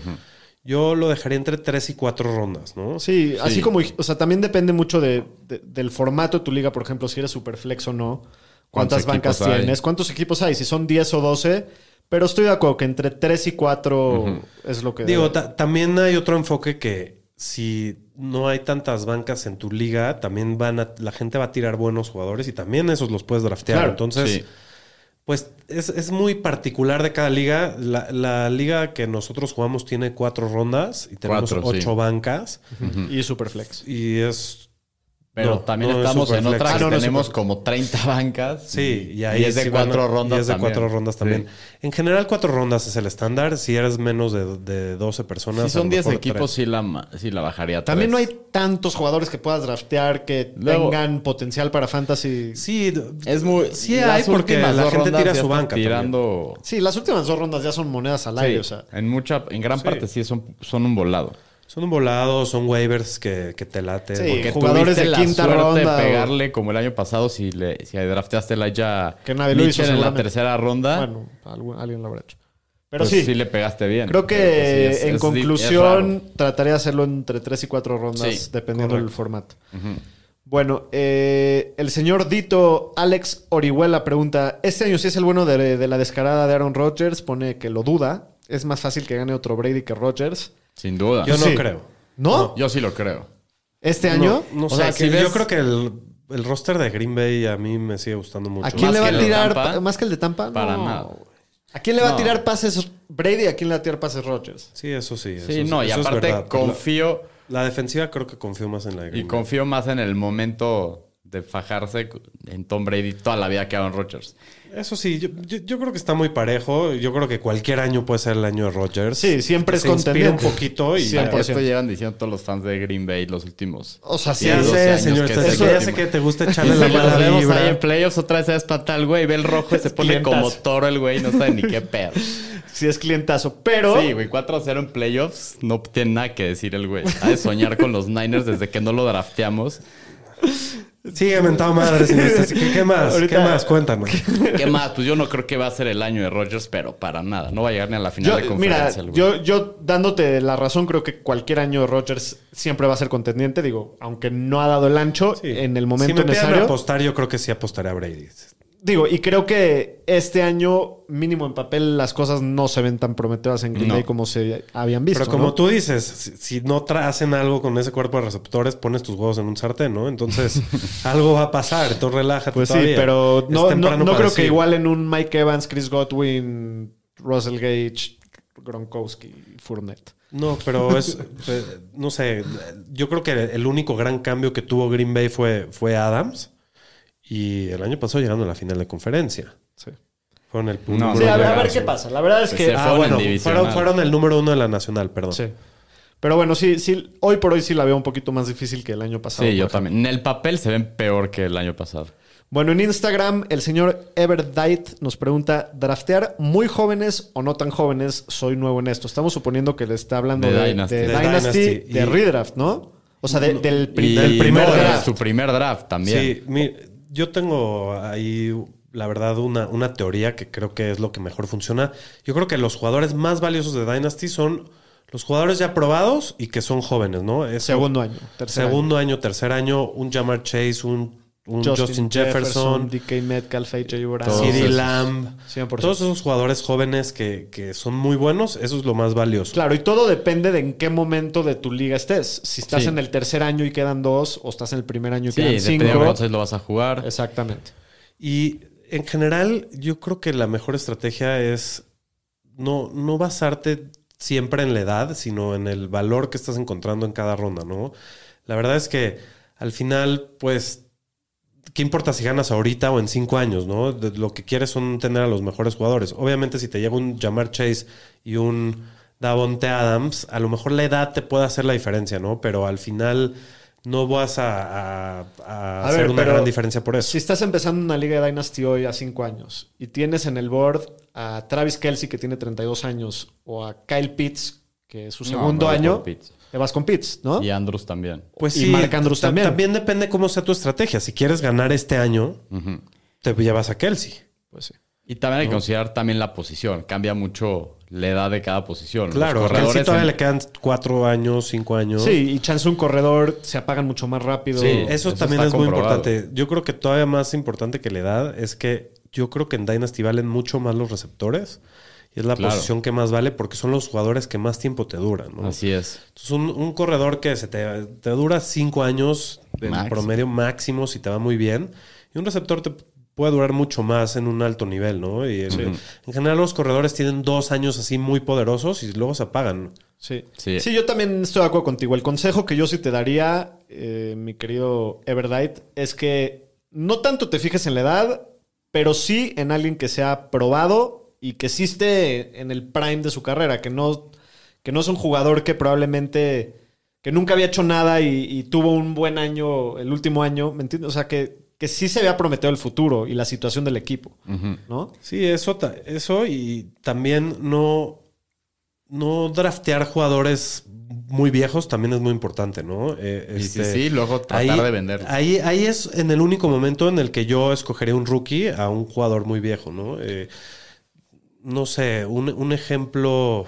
yo lo dejaría entre 3 y 4 rondas, ¿no? Sí, así Sí. como, o sea, también depende mucho del formato de tu liga, por ejemplo, si eres superflex o no, cuántas ¿Cuántos bancas equipos hay? tienes, cuántos equipos hay, si son 10 o 12, pero estoy de acuerdo que entre 3 y 4 es lo que... Digo, también hay otro enfoque que si no hay tantas bancas en tu liga, también la gente va a tirar buenos jugadores y también esos los puedes draftear. Claro, Entonces, sí. pues es muy particular de cada liga. La liga que nosotros jugamos tiene 4 rondas y tenemos 4, 8 sí. bancas. Y superflex. Y es... Pero no, también no es estamos en superflex. otra que no es tenemos super- como 30 bancas. Sí, y ahí es de sí van 4 a- rondas y es de también. 4 rondas también. Sí. En general, 4 rondas es el estándar. Si eres menos de 12 personas... Si son a lo 10 mejor equipos, 3. sí la bajaría a También no 3. hay tantos jugadores que puedas draftear que Luego- tengan potencial para fantasy. Sí, Es muy... Sí las hay, porque últimas la dos gente rondas tira ya su estás banca tirando... Sí, las últimas 2 rondas ya son monedas al aire, Sí, o sea. en gran Sí. parte sí son un volado. Son un volado, son waivers que te laten. Sí. Porque Que Jugadores tuviste de la quinta suerte ronda de o- pegarle como el año pasado si drafteaste a Elijah Que nadie lo hizo, Mitchell en la seguramente. tercera ronda. Bueno, alguien lo habrá hecho. Pero pues sí, le pegaste bien. creo que Pero sí, en es conclusión trataría de hacerlo entre 3 y 4 rondas, Sí, dependiendo del correcto. formato. Ujú. Bueno, el señor Dito Alex Orihuela pregunta: ¿este año sí es el bueno de la descarada de Aaron Rodgers? Pone que lo duda. Es más fácil que gane otro Brady que Rodgers. Sin duda. yo no Sí. creo. ¿No? Yo sí lo creo. ¿Este año? No O sé, sea, si ves- yo creo que el roster de Green Bay a mí me sigue gustando mucho. ¿A quién Más le va que a el de tirar Tampa, más que el de Tampa? para No. nada. ¿A quién le va a No. tirar pases Brady y a quién le va a tirar pases Rodgers? Sí, eso sí. Sí, no, y eso es aparte verdad, pero confío la defensiva creo que confío más en la de Green y Bay. confío más en el momento de fajarse en Tom Brady toda la vida que Aaron Rodgers. Eso sí, yo creo que está muy parejo. Yo creo que cualquier año puede ser el año de Rodgers. Sí, siempre es se inspira un contendiente. poquito y 100%. Esto llevan diciendo todos los fans de Green Bay los últimos. O sea, sí, ya 12 sé, años señor. que Ya es el sé último. que te gusta echarle la Si los mala vemos vibra. ahí en playoffs, otra vez se espanta el güey, ve el rojo y se pone clientazo. como toro el güey, no sabe ni qué pedo. sí es clientazo. Pero Sí, güey, 4-0 en playoffs, no tiene nada que decir el güey. Ha de soñar con los Niners desde que no lo drafteamos. Sigue mentado madre, señor. ¿Qué más? Ahorita- ¿Qué más? Cuéntanos. ¿Qué más? Pues yo no creo que va a ser el año de Rodgers, pero para nada. No va a llegar ni a la final de mira, conferencia. el güey. yo dándote la razón, creo que cualquier año de Rodgers siempre va a ser contendiente. Digo, aunque no ha dado el ancho Sí. en el Si momento me piden necesario. apostar, yo creo que sí apostaré a Brady. Digo, y creo que este año, mínimo en papel, las cosas no se ven tan prometedoras en Green No. Bay como se habían visto. Pero como ¿no? tú dices, si no hacen algo con ese cuerpo de receptores, pones tus huevos en un sartén, ¿no? Entonces, algo va a pasar. Entonces, relájate Pues todavía. sí, pero Es no temprano para creo que decir. igual en un Mike Evans, Chris Godwin, Russell Gage, Gronkowski, Fournette. No, pero no sé. Yo creo que el único gran cambio que tuvo Green Bay fue Adams. Y el año pasado llegando a la final de conferencia. Sí. Fueron el No, Sí, número a ver uno. qué pasa. La verdad es Pues que... se fueron en divisional. fueron el número 1 de la nacional, perdón. Sí. Pero bueno, sí, hoy por hoy sí la veo un poquito más difícil que el año pasado. Sí, yo por ejemplo. también. En el papel se ven peor que el año pasado. Bueno, en Instagram, el señor Everdite nos pregunta: ¿draftear muy jóvenes o no tan jóvenes? Soy nuevo en esto. Estamos suponiendo que le está hablando De de Dynasty. Dynasty, Dynasty. de redraft, ¿no? O sea, del Y primer no, de draft. su primer draft también. Sí, yo tengo ahí, la verdad, una teoría que creo que es lo que mejor funciona. Yo creo que los jugadores más valiosos de Dynasty son los jugadores ya probados y que son jóvenes, ¿no? Segundo año, tercer Segundo año, tercer año, un Jamar Chase, un Justin Jefferson, DK Metcalf, AJ Brown, Todos CeeDee esos. Lamb. 100%. Todos esos jugadores jóvenes que son muy buenos, eso es lo más valioso. Claro, y todo depende de en qué momento de tu liga estés. Si estás Sí. en el tercer año y quedan 2, o estás en el primer año y Sí, quedan depende de 5. cuántos lo vas a jugar. Exactamente. Y en general, yo creo que la mejor estrategia es no basarte siempre en la edad, sino en el valor que estás encontrando en cada ronda, ¿no? La verdad es que al final, pues, ¿qué importa si ganas ahorita o en 5 años, no? Lo que quieres son tener a los mejores jugadores. Obviamente, si te llega un Jamar Chase y un Davonte Adams, a lo mejor la edad te puede hacer la diferencia, ¿no? Pero al final no vas a hacer ver, una pero gran diferencia por eso. Si estás empezando una liga de Dynasty hoy a 5 años y tienes en el board a Travis Kelce, que tiene 32 años, o a Kyle Pitts, que es su segundo No, me voy año, por Pitts. te vas con Pitts, ¿no? Y Andrews también. Pues Y sí, Mark Andrews también. También depende cómo sea tu estrategia. Si quieres ganar este año, Ujú. te llevas a Kelsey. Pues sí. Y también hay que considerar también la posición. Cambia mucho la edad de cada posición. Claro, Los a Kelsey corredores todavía en- le quedan 4 años, 5 años. Sí, y chance un corredor se apagan mucho más rápido. Sí. Eso Eso también está es muy comprobado. importante. Yo creo que todavía más importante que la edad es que yo creo que en Dynasty valen mucho más los receptores. Y es la Claro. posición que más vale porque son los jugadores que más tiempo te duran, ¿no? Así es. Entonces, un corredor que te dura 5 años en Máximo. promedio máximo si te va muy bien. Y un receptor te puede durar mucho más en un alto nivel, ¿no? Y en general los corredores tienen 2 años así muy poderosos y luego se apagan. Sí. Sí. Sí, yo también estoy de acuerdo contigo. El consejo que yo sí te daría, mi querido Everdite, es que no tanto te fijes en la edad, pero sí en alguien que sea probado y que sí esté en el prime de su carrera, que no es un jugador que probablemente que nunca había hecho nada y tuvo un buen año el último año, ¿me entiendes? O sea, que sí se vea prometido el futuro y la situación del equipo, ¿no? Sí, eso y también no draftear jugadores muy viejos también es muy importante, ¿no? Y sí, luego tratar de vender. Ahí es en el único momento en el que yo escogería un rookie a un jugador muy viejo, ¿no? No sé, un ejemplo,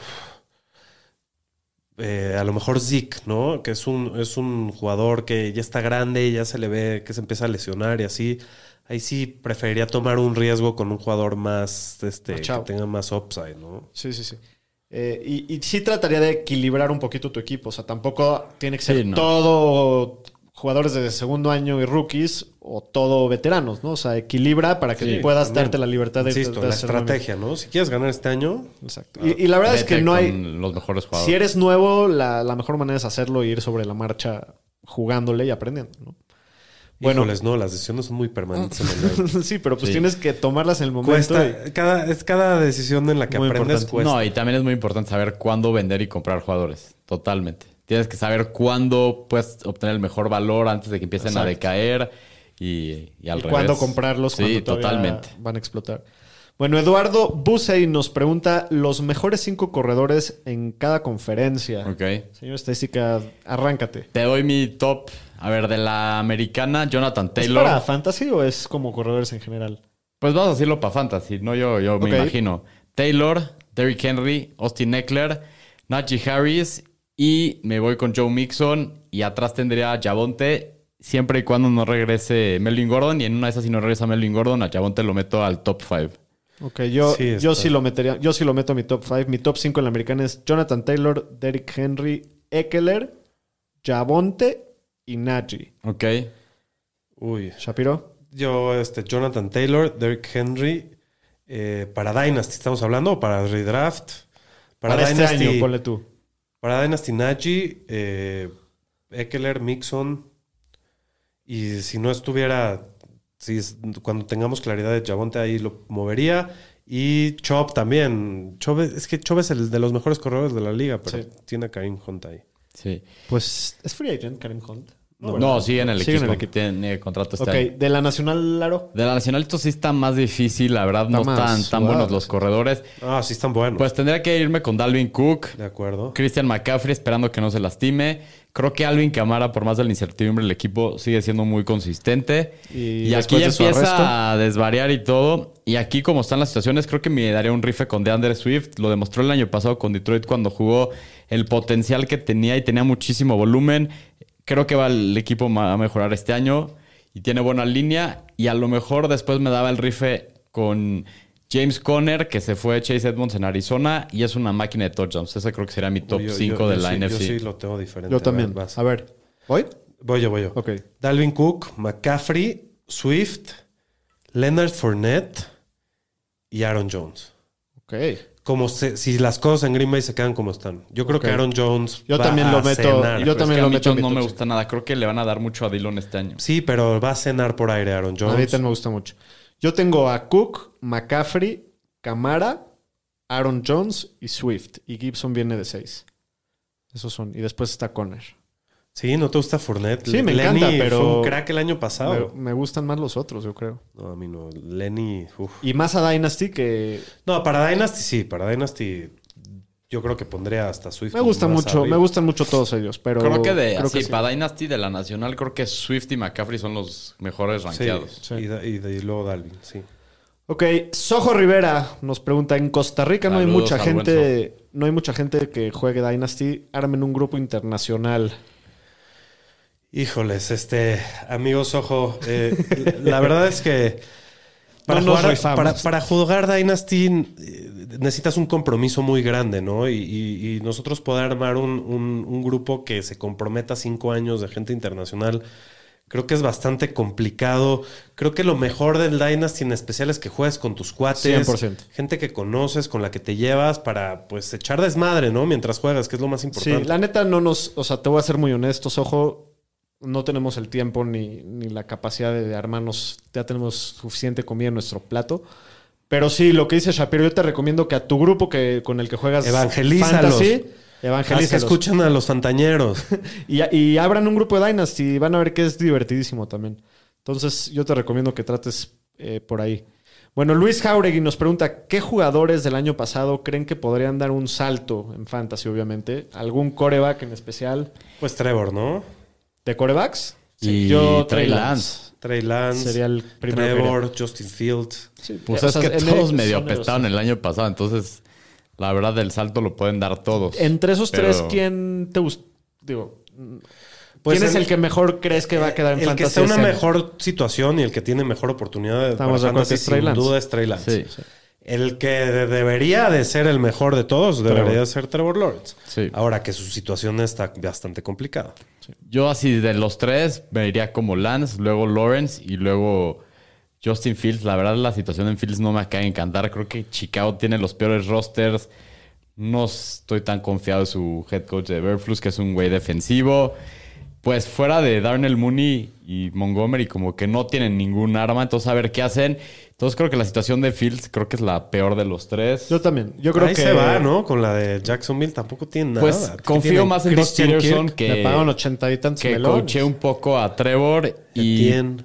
a lo mejor Zeke, ¿no? Que es un jugador que ya está grande y ya se le ve que se empieza a lesionar y así. Ahí sí preferiría tomar un riesgo con un jugador más, que chavo. tenga más upside, ¿no? Sí, sí, sí. Y sí trataría de equilibrar un poquito tu equipo. O sea, tampoco tiene que ser Sí, no. todo jugadores de segundo año y rookies o todo veteranos, ¿no? O sea, equilibra para que Sí, puedas también. darte la libertad de Insisto, de la hacer estrategia, ¿no? Si quieres ganar este año, nuevo. Exacto. Y la verdad es que Vete no hay... con los mejores Si jugadores. eres nuevo, la mejor manera es hacerlo e ir sobre la marcha jugándole y aprendiendo, ¿no? Bueno. híjoles, no, las decisiones son muy permanentes en el live. Sí, pero pues Sí. tienes que tomarlas en el momento. Cuesta, cada decisión en la que Muy aprendes importante. cuesta. No, y también es muy importante saber cuándo vender y comprar jugadores. Totalmente. Tienes que saber cuándo puedes obtener el mejor valor antes de que empiecen a Exacto. decaer y al Y revés. cuándo comprarlos Sí, cuando todavía totalmente. van a explotar. Bueno, Eduardo Busey nos pregunta los mejores 5 corredores en cada conferencia. Ok. Señor Estadística, arráncate. Te doy mi top. A ver, de la americana, Jonathan ¿Es Taylor. para fantasy o es como corredores en general? Pues vamos a decirlo para fantasy, no yo Ok. me imagino. Taylor, Derrick Henry, Austin Eckler, Najee Harris y me voy con Joe Mixon y atrás tendría a Javonte siempre y cuando no regrese Melvin Gordon y en una de esas si no regresa Melvin Gordon a Javonte lo meto al top 5. Ok, yo Sí, yo está. sí lo metería. Yo sí lo meto a mi top 5. Mi top 5 en la americana es Jonathan Taylor, Derrick Henry, Eckler, Javonte y Najee. Ok. Uy. ¿Shapiro? Yo, Jonathan Taylor, Derrick Henry, para Dynasty, ¿estamos hablando? ¿O para Redraft? Para este año, ponle tú. Para Dynasty, Najee, Eckler, Mixon. Y si no estuviera, cuando tengamos claridad de Javonte, ahí lo movería. Y Chubb también. Es que Chubb es el de los mejores corredores de la liga, pero Sí. tiene a Kareem Hunt ahí. Sí. Pues, ¿es free agent Kareem Hunt? No, sigue en el Sigue equipo. en el equipo. Tiene contrato este Ok, año. de la Nacional, Laro. De la Nacional esto sí está más difícil. La verdad, Está no más están tan buenos sudado, los sí. corredores. Ah, sí están buenos. Pues tendría que irme con Dalvin Cook. De acuerdo. Christian McCaffrey esperando que no se lastime. Creo que Alvin Kamara, por más de la incertidumbre, el equipo sigue siendo muy consistente. Y aquí después ya de su empieza arresto. a desvariar y todo. Y aquí, como están las situaciones, creo que me daría un rifle con DeAndre Swift. Lo demostró el año pasado con Detroit cuando jugó, el potencial que tenía y tenía muchísimo volumen. Creo que el equipo va a mejorar este año y tiene buena línea. Y a lo mejor después me daba el rifle con James Conner, que se fue Chase Edmonds en Arizona y es una máquina de touchdowns. Ese creo que sería mi top 5 de la NFC. Yo sí lo tengo diferente. Yo también. Vas. A ver, ¿voy? Voy yo. Ok. Dalvin Cook, McCaffrey, Swift, Leonard Fournette y Aaron Jones. Ok. Si las cosas en Green Bay se quedan como están. Yo creo Ok. que Aaron Jones Yo va también a lo meto. cenar. Yo Pero también es que lo a mí meto en mi no top me cinco. gusta nada. Creo que le van a dar mucho a Dillon este año. Sí, pero va a cenar por aire Aaron A mí Jones. también me gusta mucho. Yo tengo a Cook, McCaffrey, Kamara, Aaron Jones y Swift. Y Gibson viene de 6. Esos son. Y después está Conner. Sí, ¿no te gusta Fournette? Sí, me Lenny encanta, pero... fue un crack el año pasado. Me gustan más los otros, yo creo. No, a mí no. Lenny... uf. Y más a Dynasty que... No, para Dynasty sí. Para Dynasty yo creo que pondría hasta Swift. Me gustan más mucho. arriba. Me gustan mucho todos ellos, pero... Creo que sí. para Dynasty de la Nacional, creo que Swift y McCaffrey son los mejores Sí, rankeados. Sí. Y luego Dalvin, sí. Ok, Sojo Rivera nos pregunta, en Costa Rica no hay Saludos mucha al gente, no hay mucha gente que juegue Dynasty, armen un grupo internacional. Híjoles, amigos, ojo, la verdad es que No nos rifamos. para jugar Dynasty necesitas un compromiso muy grande, ¿no? Y nosotros poder armar un grupo que se comprometa 5 años de gente internacional, creo que es bastante complicado. Creo que lo mejor del Dynasty en especial es que juegues con tus cuates, 100%. gente que conoces, con la que te llevas para, pues, echar desmadre, ¿no? Mientras juegas, que es lo más importante. Sí, la neta no nos... O sea, te voy a ser muy honesto, Sojo. No tenemos el tiempo ni la capacidad de armarnos. Ya tenemos suficiente comida en nuestro plato. Pero sí, lo que dice Shapiro, yo te recomiendo que a tu grupo con el que juegas Evangelízalos. Fantasy, Haz que evangelízalos. escuchen a los fantañeros. Y abran un grupo de Dynasty y van a ver que es divertidísimo también. Entonces, yo te recomiendo que trates por ahí. Bueno, Luis Jauregui nos pregunta, ¿qué jugadores del año pasado creen que podrían dar un salto en Fantasy, obviamente? ¿Algún coreback en especial? Pues Trevor, ¿no? ¿De corebacks? Y Yo, Trey Lance. Trey Lance, Sería el primero. Trevor, Justin Fields. Sí, Pues o es sea, que todos son medio ellos. apestaron el año pasado, entonces la verdad del salto lo pueden dar todos. Entre esos Pero- tres, ¿quién te gusta? Digo, Pues ¿quién es el que mejor crees que va a quedar en el Fantasy? que está en una este año? mejor situación y el que tiene mejor oportunidad Estamos de para acuerdo que fantasy, es Trey sin Lance. duda es Trey Lance. Sí. El que debería de ser el mejor de todos debería Trevor. ser Trevor Lawrence. Sí. Ahora que su situación está bastante complicada. Yo así de los tres me iría como Lance, luego Lawrence y luego Justin Fields. La verdad la situación en Fields no me acaba de encantar. Creo que Chicago tiene los peores rosters. No estoy tan confiado en su head coach de Eberflus, que es un güey defensivo. Pues fuera de Darnell Mooney y Montgomery como que no tienen ningún arma. Entonces a ver qué hacen. Entonces creo que la situación de Fields creo que es la peor de los tres. Yo también. Yo creo Ahí que se va, ¿no? Con la de Jacksonville tampoco tiene nada. Pues ¿Qué confío tienen? más en Doug Christian Peterson Kirk, le pagaron que 80 y tantos que melones. coaché un poco a Trevor y Etienne.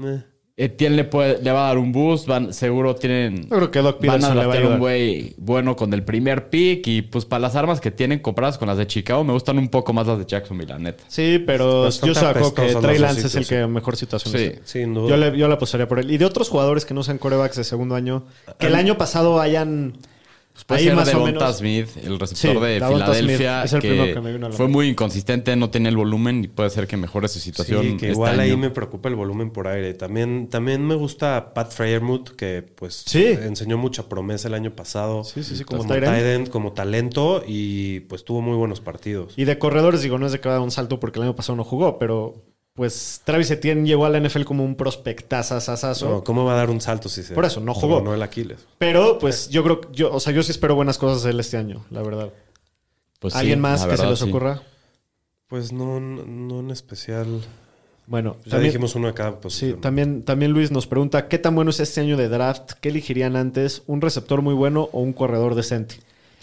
Etienne le va a dar un boost. Seguro tienen. Yo creo que Doc Van a Peterson le va a draftear un ayudar. güey bueno con el primer pick. Y pues para las armas que tienen comparadas con las de Chicago, me gustan un poco más las de Jacksonville, la neta. Sí, pero Bastante yo saco que apestosos Trey los Lance es el ositos, que mejor situación Sí. está. Sin duda. Yo le apostaría por él. Y de otros jugadores que no sean corebacks de segundo año, que el año pasado hayan... Puede ahí ser más o Devonta menos... Smith, el receptor Sí, de Devonta Filadelfia, Smith es el primero que que me vino a la fue mente. muy inconsistente, no tenía el volumen y puede ser que mejore su situación. Sí, que este igual ahí año. me preocupa el volumen por aire. También me gusta Pat Freiermuth, que pues Sí. enseñó mucha promesa el año pasado. Sí, como tight end. tight end, como talento y pues tuvo muy buenos partidos. Y de corredores, digo, no es de que va a dar un salto porque el año pasado no jugó, pero pues Travis Etienne llegó a la NFL como un prospectazazazazo. No, ¿cómo va a dar un salto si se Por eso, no jugó. No el Aquiles. Pero pues yo creo, yo sí espero buenas cosas de él este año, la verdad. Pues sí, ¿Alguien más la que se verdad, les sí. ocurra? Pues no en especial. Bueno, Ya también, dijimos uno de cada sí, posición. también Luis nos pregunta, ¿qué tan bueno es este año de draft? ¿Qué elegirían antes? ¿Un receptor muy bueno o un corredor decente?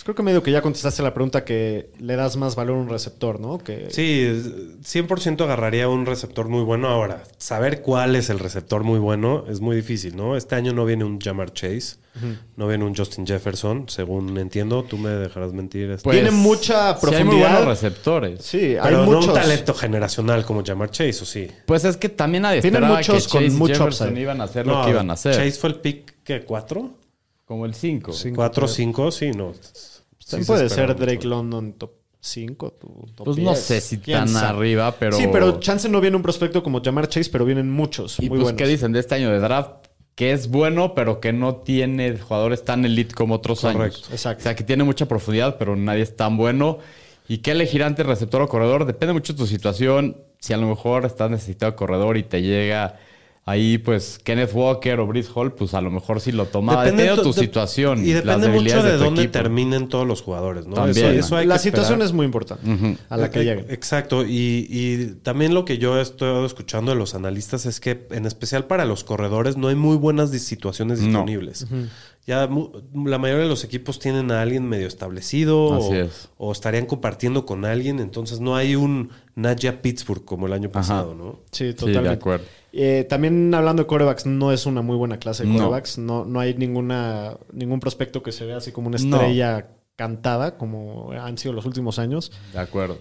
Creo que medio que ya contestaste la pregunta que le das más valor a un receptor, ¿no? Sí, 100% agarraría un receptor muy bueno. Ahora, saber cuál es el receptor muy bueno es muy difícil, ¿no? Este año no viene un Ja'Marr Chase, no viene un Justin Jefferson, según entiendo. Tú me dejarás mentir. Pues, tiene mucha profundidad. Sí, hay muy buenos receptores. Sí, pero hay no muchos. un talento generacional como Ja'Marr Chase, ¿o sí? Pues es que también nadie Tienen esperaba muchos que con Chase y mucho Jefferson upside. iban a hacer lo que iban a hacer. Chase fue el pick, ¿qué? ¿4? Como el 5. 4 o 5, sí, no. También Sí puede se espera ser Drake mucho. London top 5, top Pues 10. no sé si ¿Quién tan sabe? arriba, pero... Sí, pero chance no viene un prospecto como Ja'Marr Chase, pero vienen muchos Y muy pues, buenos. ¿qué dicen de este año de draft? Que es bueno, pero que no tiene jugadores tan elite como otros Correcto. años. Exacto. O sea, que tiene mucha profundidad, pero nadie es tan bueno. ¿Y qué elegir antes, receptor o corredor? Depende mucho de tu situación. Si a lo mejor estás necesitado de corredor y te llega ahí, pues, Kenneth Walker o Breece Hall, pues a lo mejor sí lo tomaba. Depende de tu situación. Y las depende mucho debilidades de tu dónde equipo. terminen todos los jugadores, ¿no? También. Eso hay La que situación esperar. es muy importante a la que lleguen. Exacto. Y también lo que yo estoy escuchando de los analistas es que, en especial para los corredores, no hay muy buenas situaciones No. disponibles. Ya la mayoría de los equipos tienen a alguien medio establecido Así es. o estarían compartiendo con alguien. Entonces no hay un Najee Pittsburgh como el año pasado, ¿no? Sí, Sí, totalmente. de acuerdo. También hablando de quarterbacks, no es una muy buena clase de No. quarterbacks. No hay ningún prospecto que se vea así como una estrella cantada, como han sido los últimos años. De acuerdo.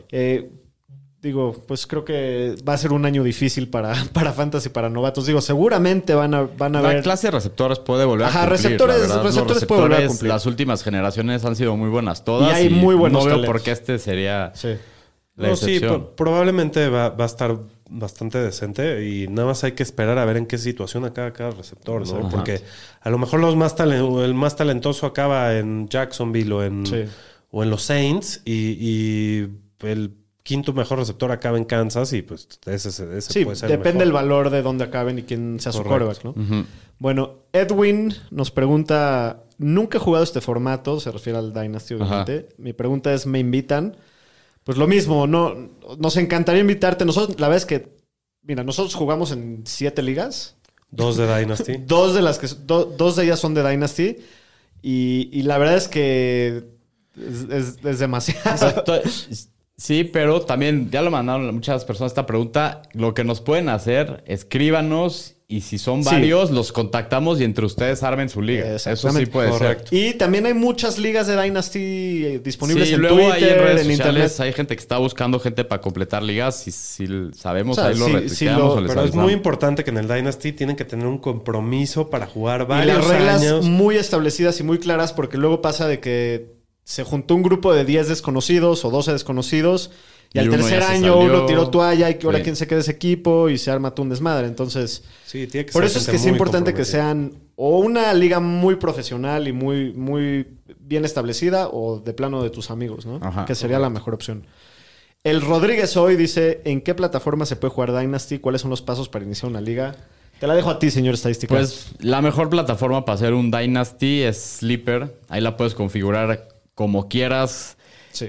Digo, pues creo que va a ser un año difícil para fantasy, para novatos. Digo, seguramente van a La ver... clase de receptores puede volver Ajá, a cumplir. receptores- la verdad. Los receptores puede volver a cumplir. Las últimas generaciones han sido muy buenas todas. Y hay muy buenos No veo talentos. por qué este sería Sí. la No, sí, excepción. probablemente va a estar bastante decente y nada más hay que esperar a ver en qué situación acaba cada receptor, ¿no? Ajá. Porque a lo mejor el más talentoso acaba en Jacksonville o en los Saints y el quinto mejor receptor acaba en Kansas y pues ese Sí, puede ser el depende mejor. el valor de dónde acaben y quién sea su Correcto. quarterback, ¿no? Bueno, Edwin nos pregunta, nunca he jugado este formato, se refiere al Dynasty, obviamente. Mi pregunta es, ¿me invitan? Pues lo mismo, no, nos encantaría invitarte. Nosotros, la verdad es que, mira, nosotros jugamos en 7 ligas. 2 de Dynasty. Dos de ellas son de Dynasty. Y la verdad es que es demasiado. Sí, pero también ya lo mandaron muchas personas esta pregunta. Lo que nos pueden hacer, escríbanos y si son Sí. varios, los contactamos y entre ustedes armen su liga. Eso sí Exactamente. puede Correcto. ser. Y también hay muchas ligas de Dynasty disponibles Sí, en luego Twitter, ahí en redes en sociales internet. hay gente que está buscando gente para completar ligas. Si sabemos, O sea, ahí lo sí, retuiteamos o les Pero es avisamos. muy importante que en el Dynasty tienen que tener un compromiso para jugar Y varios las reglas años. muy establecidas y muy claras, porque luego pasa de que se juntó un grupo de 10 desconocidos o 12 desconocidos y al uno tercer ya se año salió. uno tiró toalla y que ahora Sí. quién se queda ese equipo y se arma todo un desmadre. Entonces, Sí, tiene que por ser eso es gente que es muy importante que comprometida. sean o una liga muy profesional y muy, muy bien establecida o de plano de tus amigos, ¿no? Ajá, que sería la mejor opción. El Rodríguez hoy dice, ¿en qué plataforma se puede jugar Dynasty? ¿Cuáles son los pasos para iniciar una liga? Te la dejo a ti, señor estadística. Pues la mejor plataforma para hacer un Dynasty es Sleeper. Ahí la puedes configurar como quieras. Sí.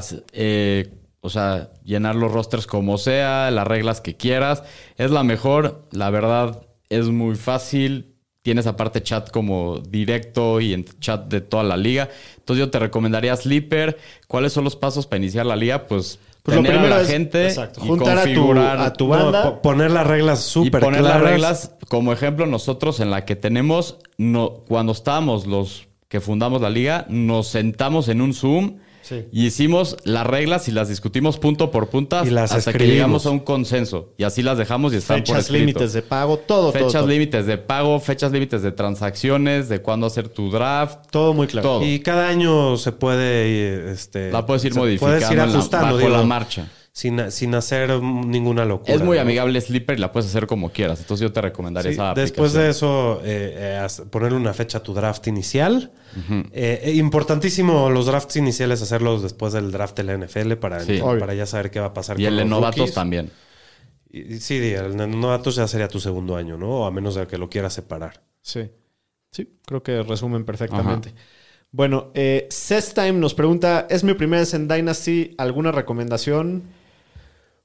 O sea, llenar los rosters como sea, las reglas que quieras. Es la mejor. La verdad, es muy fácil. Tienes aparte chat como directo y en chat de toda la liga. Entonces yo te recomendaría Sleeper. ¿Cuáles son los pasos para iniciar la liga? Pues Pues lo tener a primero la es, gente exacto, y juntar configurar a tu banda. Poner las reglas y súper poner claras. las reglas, como ejemplo, nosotros en la que tenemos, cuando estábamos los que fundamos la liga, nos sentamos en un Zoom Sí. y hicimos las reglas y las discutimos punto por punto Y las hasta que escribimos. llegamos a un consenso. Y así las dejamos y están por Fechas escrito. límites de pago, todo. Fechas límites de pago, fechas límites de transacciones, de cuándo hacer tu draft. Todo muy claro. Todo. Y cada año se puede... La puedes ir se- modificando puedes ir ajustando, bajo digo, la marcha. sin hacer ninguna locura. Es muy ¿no? amigable Sleeper y la puedes hacer como quieras. Entonces yo te recomendaría Sí, esa después aplicación. de eso, ponerle una fecha a tu draft inicial. Importantísimo los drafts iniciales hacerlos después del draft de la NFL Sí. para ya saber qué va a pasar Y con el de los novatos rookies. también. Sí, el de novatos ya sería tu segundo año, ¿no? O a menos de que lo quieras separar. Sí. Sí, creo que resumen perfectamente. Bueno, Time nos pregunta, ¿es mi primera vez en Dynasty? ¿Alguna recomendación?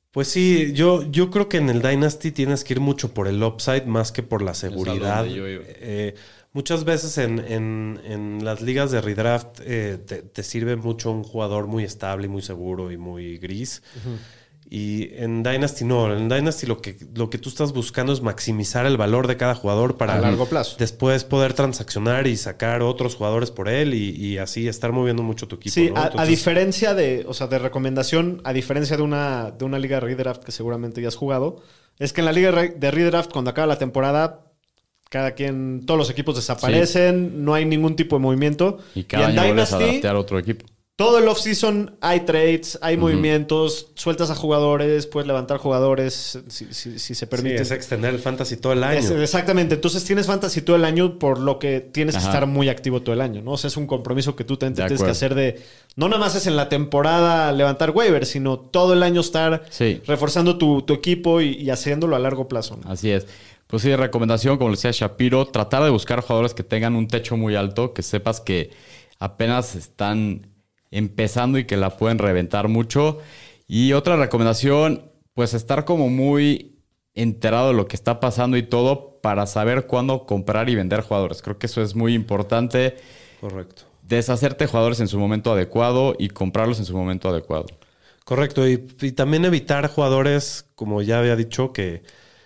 Pues sí, yo creo que en el Dynasty tienes que ir mucho por el upside más que por la seguridad. Muchas veces en las ligas de redraft te sirve mucho un jugador muy estable, muy seguro y muy gris. Uh-huh. Y en Dynasty no. En Dynasty lo que tú estás buscando es maximizar el valor de cada jugador para a largo plazo. Después poder transaccionar y sacar otros jugadores por él y así estar moviendo mucho tu equipo. Sí, ¿no? Entonces, a diferencia de recomendación, a diferencia de una liga de redraft que seguramente ya has jugado, es que en la liga de redraft, cuando acaba la temporada, todos los equipos desaparecen, no hay ningún tipo de movimiento. Y cada año vuelves a draftear otro equipo. Todo el off-season hay trades, hay movimientos, sueltas a jugadores, puedes levantar jugadores si se permite. Sí, es extender el fantasy todo el año. Exactamente. Entonces tienes fantasy todo el año, por lo que tienes que estar muy activo todo el año, ¿no? O sea, es un compromiso que tú tienes que hacer de... No nada más es en la temporada levantar waivers, sino todo el año estar reforzando tu equipo y haciéndolo a largo plazo, ¿no? Así es. Pues sí, recomendación, como le decía Shapiro, tratar de buscar jugadores que tengan un techo muy alto, que sepas que apenas están empezando y que la pueden reventar mucho. Y otra recomendación, pues estar como muy enterado de lo que está pasando y todo para saber cuándo comprar y vender jugadores. Creo que eso es muy importante. Correcto. Deshacerte jugadores en su momento adecuado y comprarlos en su momento adecuado. Correcto. Y también evitar jugadores, como ya había dicho, que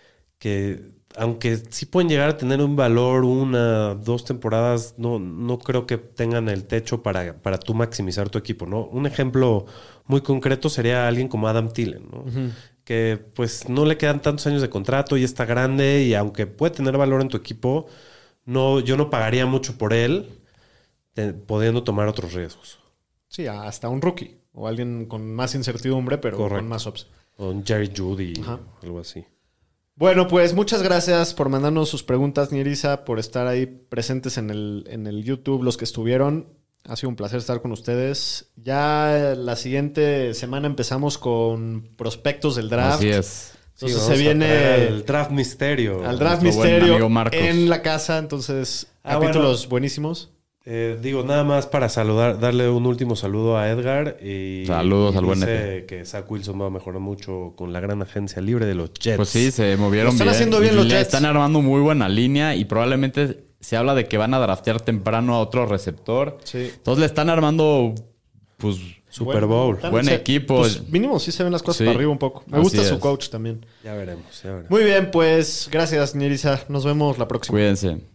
aunque sí pueden llegar a tener un valor 1, 2 temporadas, no creo que tengan el techo para tú maximizar tu equipo, ¿no? Un ejemplo muy concreto sería alguien como Adam Thielen, ¿no? Uh-huh. Que pues no le quedan tantos años de contrato y está grande y aunque puede tener valor en tu equipo, yo no pagaría mucho por él pudiendo tomar otros riesgos. Sí, hasta un rookie o alguien con más incertidumbre, pero con más ops. O un Jerry Jeudy, algo así. Bueno, pues muchas gracias por mandarnos sus preguntas, Nierisa, por estar ahí presentes en el YouTube, los que estuvieron. Ha sido un placer estar con ustedes. Ya la siguiente semana empezamos con prospectos del draft. Así es. Entonces se viene el draft misterio. Al draft misterio en la casa. Entonces, capítulos buenísimos. Nada más para darle un último saludo a Edgar. Saludos al buen Dice que Zach Wilson va a mejorar mucho con la gran agencia libre de los Jets. Pues sí, se movieron bien. Están haciendo bien los Jets. Están armando muy buena línea y probablemente se habla de que van a draftear temprano a otro receptor. Sí. Entonces le están armando, pues, Super Bowl. Buen equipo. Pues mínimo sí se ven las cosas para arriba un poco. Me gusta su coach también. Ya veremos. Muy bien, pues gracias, Nierisa. Nos vemos la próxima. Cuídense.